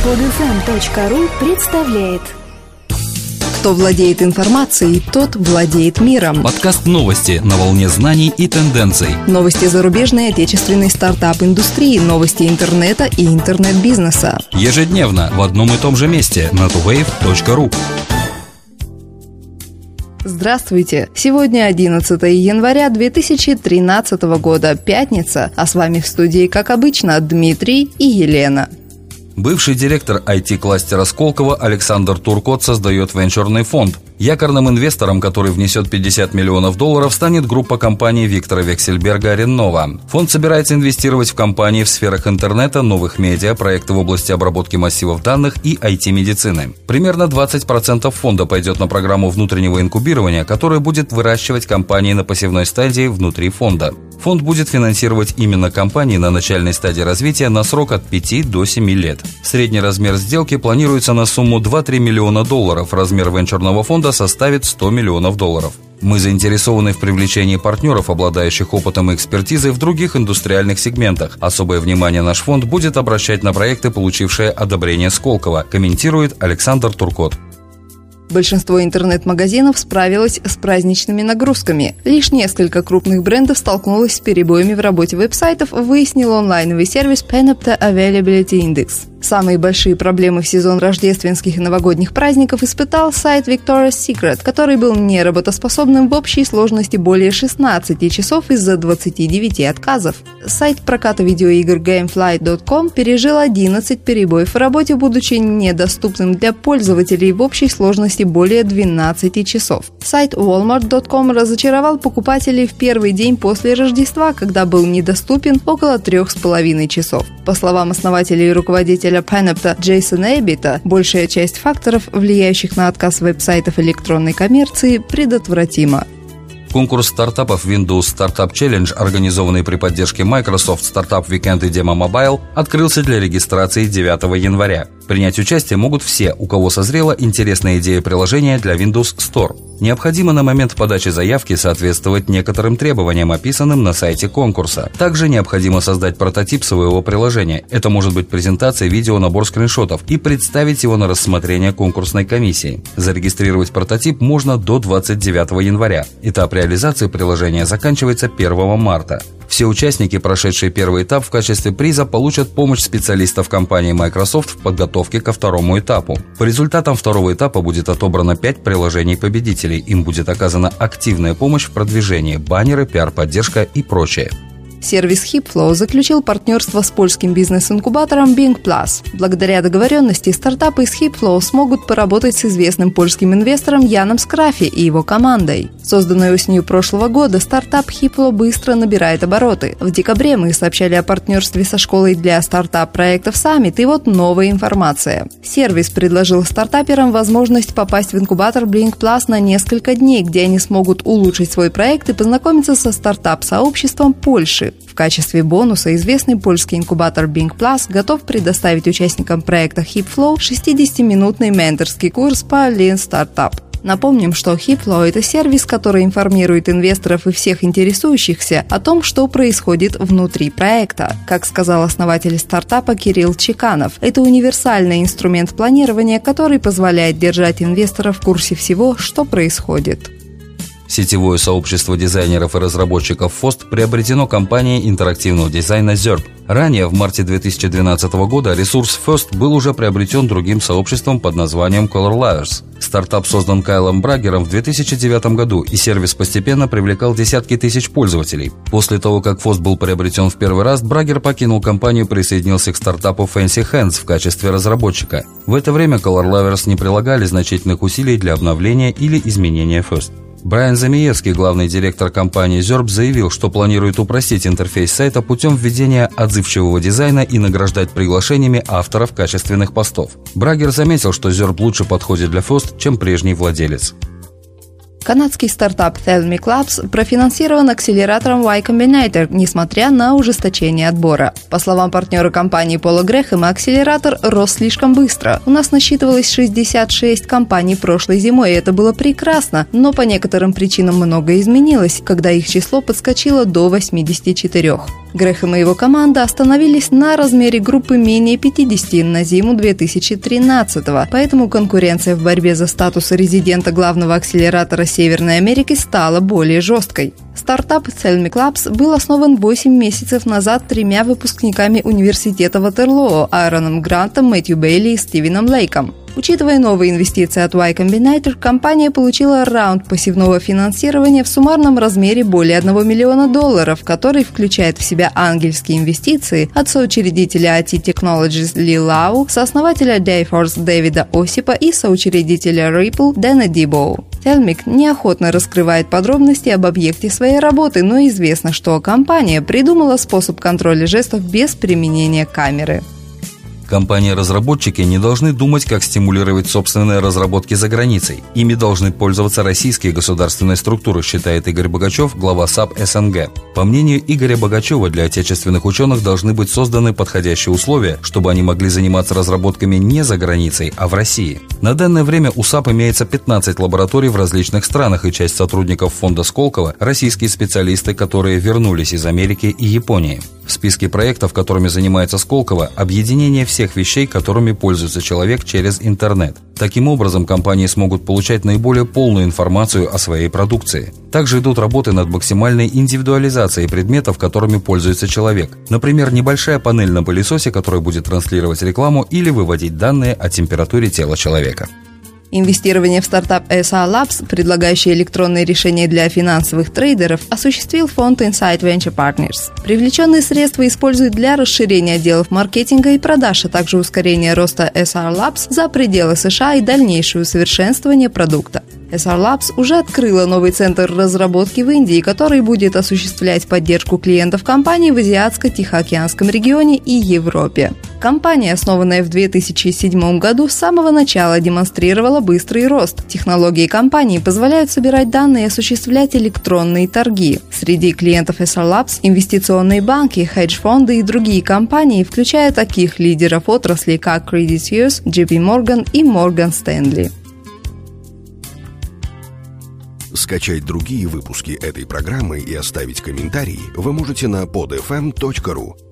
Podfm.ru представляет. Кто владеет информацией, тот владеет миром. Подкаст новости на волне знаний и тенденций. Новости зарубежной и отечественной стартап-индустрии, новости интернета и интернет-бизнеса. Ежедневно в одном и том же месте на tuwave.ru. Здравствуйте! Сегодня 11 января 2013 года, пятница, а с вами в студии, как обычно, Дмитрий и Елена. Бывший директор IT-кластера Сколково Александр Туркот создает венчурный фонд. Якорным инвестором, который внесет $50 миллионов, станет группа компаний Виктора Вексельберга «Реннова». Фонд собирается инвестировать в компании в сферах интернета, новых медиа, проекты в области обработки массивов данных и IT-медицины. Примерно 20% фонда пойдет на программу внутреннего инкубирования, которая будет выращивать компании на посевной стадии внутри фонда. Фонд будет финансировать именно компании на начальной стадии развития на срок от 5 до 7 лет. Средний размер сделки планируется на сумму $2-3 миллиона. Размер венчурного фонда составит $100 миллионов. Мы заинтересованы в привлечении партнеров, обладающих опытом и экспертизой в других индустриальных сегментах. Особое внимание наш фонд будет обращать на проекты, получившие одобрение Сколково, комментирует Александр Туркот. Большинство интернет-магазинов справилось с праздничными нагрузками. Лишь несколько крупных брендов столкнулось с перебоями в работе веб-сайтов, выяснил онлайновый сервис Panopta Availability Index. Самые большие проблемы в сезон рождественских и новогодних праздников испытал сайт Victoria's Secret, который был неработоспособным в общей сложности более 16 часов из-за 29 отказов. Сайт проката видеоигр Gamefly.com пережил 11 перебоев в работе, будучи недоступным для пользователей в общей сложности более 12 часов. Сайт Walmart.com разочаровал покупателей в первый день после Рождества, когда был недоступен около 3,5 часов. По словам основателя и руководителя Panopta Джейсона Эббита, большая часть факторов, влияющих на отказ веб-сайтов электронной коммерции, предотвратима. Конкурс стартапов Windows Startup Challenge, организованный при поддержке Microsoft Startup Weekend и Demo Mobile, открылся для регистрации 9 января. Принять участие могут все, у кого созрела интересная идея приложения для Windows Store. Необходимо на момент подачи заявки соответствовать некоторым требованиям, описанным на сайте конкурса. Также необходимо создать прототип своего приложения. Это может быть презентация, видео, набор скриншотов, и представить его на рассмотрение конкурсной комиссии. Зарегистрировать прототип можно до 29 января. Этап реализации приложения заканчивается 1 марта. Все участники, прошедшие первый этап, в качестве приза получат помощь специалистов компании Microsoft в подготовке ко второму этапу. По результатам второго этапа будет отобрано 5 приложений-победителей. Им будет оказана активная помощь в продвижении, баннеры, пиар-поддержка и прочее. Сервис HipFlow заключил партнерство с польским бизнес-инкубатором Bing Plus. Благодаря договоренности стартапы из HipFlow смогут поработать с известным польским инвестором Яном Скрафи и его командой. Созданный осенью прошлого года, стартап HipFlow быстро набирает обороты. В декабре мы сообщали о партнерстве со школой для стартап-проектов Summit, и вот новая информация. Сервис предложил стартаперам возможность попасть в инкубатор Bing Plus на несколько дней, где они смогут улучшить свой проект и познакомиться со стартап-сообществом Польши. В качестве бонуса известный польский инкубатор Bing Plus готов предоставить участникам проекта HipFlow 60-минутный менторский курс по Lean Startup. Напомним, что HipFlow – это сервис, который информирует инвесторов и всех интересующихся о том, что происходит внутри проекта. Как сказал основатель стартапа Кирилл Чеканов, это универсальный инструмент планирования, который позволяет держать инвесторов в курсе всего, что происходит. Сетевое сообщество дизайнеров и разработчиков FOST приобретено компанией интерактивного дизайна Zurb. Ранее, в марте 2012 года, ресурс FOST был уже приобретен другим сообществом под названием Color Layers. Стартап создан Кайлом Брагером в 2009 году, и сервис постепенно привлекал десятки тысяч пользователей. После того, как FOST был приобретен в первый раз, Брагер покинул компанию и присоединился к стартапу Fancy Hands в качестве разработчика. В это время Color Layers не прилагали значительных усилий для обновления или изменения FOST. Брайан Замиевский, главный директор компании Zurb, заявил, что планирует упростить интерфейс сайта путем введения отзывчивого дизайна и награждать приглашениями авторов качественных постов. Брагер заметил, что Zurb лучше подходит для FOST, чем прежний владелец. Канадский стартап Thelmy Labs профинансирован акселератором Y Combinator, несмотря на ужесточение отбора. По словам партнера компании Пола Грэхэма, акселератор рос слишком быстро. У нас насчитывалось 66 компаний прошлой зимой, и это было прекрасно, но по некоторым причинам многое изменилось, когда их число подскочило до 84. Грэхэм и его команда остановились на размере группы менее 50 на зиму 2013-го, поэтому конкуренция в борьбе за статус резидента главного акселератора Северной Америки стала более жесткой. Стартап Thelmic Labs был основан 8 месяцев назад 3 выпускниками университета Ватерлоо Аароном Грантом, Мэтью Бейли и Стивеном Лейком. Учитывая новые инвестиции от Y Combinator, компания получила раунд пассивного финансирования в суммарном размере более $1 миллиона, который включает в себя ангельские инвестиции от соучредителя IT Technologies Ли Лау, сооснователя Dayforce Дэвида Осипа и соучредителя Ripple Дэна Дибоу. Thelmic неохотно раскрывает подробности об объекте своей работы, но известно, что компания придумала способ контроля жестов без применения камеры. Компании-разработчики не должны думать, как стимулировать собственные разработки за границей. Ими должны пользоваться российские государственные структуры, считает Игорь Богачев, глава САП СНГ. По мнению Игоря Богачева, для отечественных ученых должны быть созданы подходящие условия, чтобы они могли заниматься разработками не за границей, а в России. На данное время у САП имеется 15 лабораторий в различных странах, и часть сотрудников фонда Сколково – российские специалисты, которые вернулись из Америки и Японии. В списке проектов, которыми занимается Сколково, объединение всех вещей, которыми пользуется человек через интернет. Таким образом, компании смогут получать наиболее полную информацию о своей продукции. Также идут работы над максимальной индивидуализацией предметов, которыми пользуется человек. Например, небольшая панель на пылесосе, которая будет транслировать рекламу или выводить данные о температуре тела человека. Инвестирование в стартап SR Labs, предлагающий электронные решения для финансовых трейдеров, осуществил фонд Insight Venture Partners. Привлеченные средства используют для расширения отделов маркетинга и продаж, а также ускорения роста SR Labs за пределы США и дальнейшее усовершенствование продукта. SR Labs уже открыла новый центр разработки в Индии, который будет осуществлять поддержку клиентов компании в Азиатско-Тихоокеанском регионе и Европе. Компания, основанная в 2007 году, с самого начала демонстрировала быстрый рост. Технологии компании позволяют собирать данные и осуществлять электронные торги. Среди клиентов SR Labs инвестиционные банки, хедж-фонды и другие компании, включая таких лидеров отрасли, как Credit Suisse, JP Morgan и Morgan Stanley. Скачать другие выпуски этой программы и оставить комментарии вы можете на podfm.ru.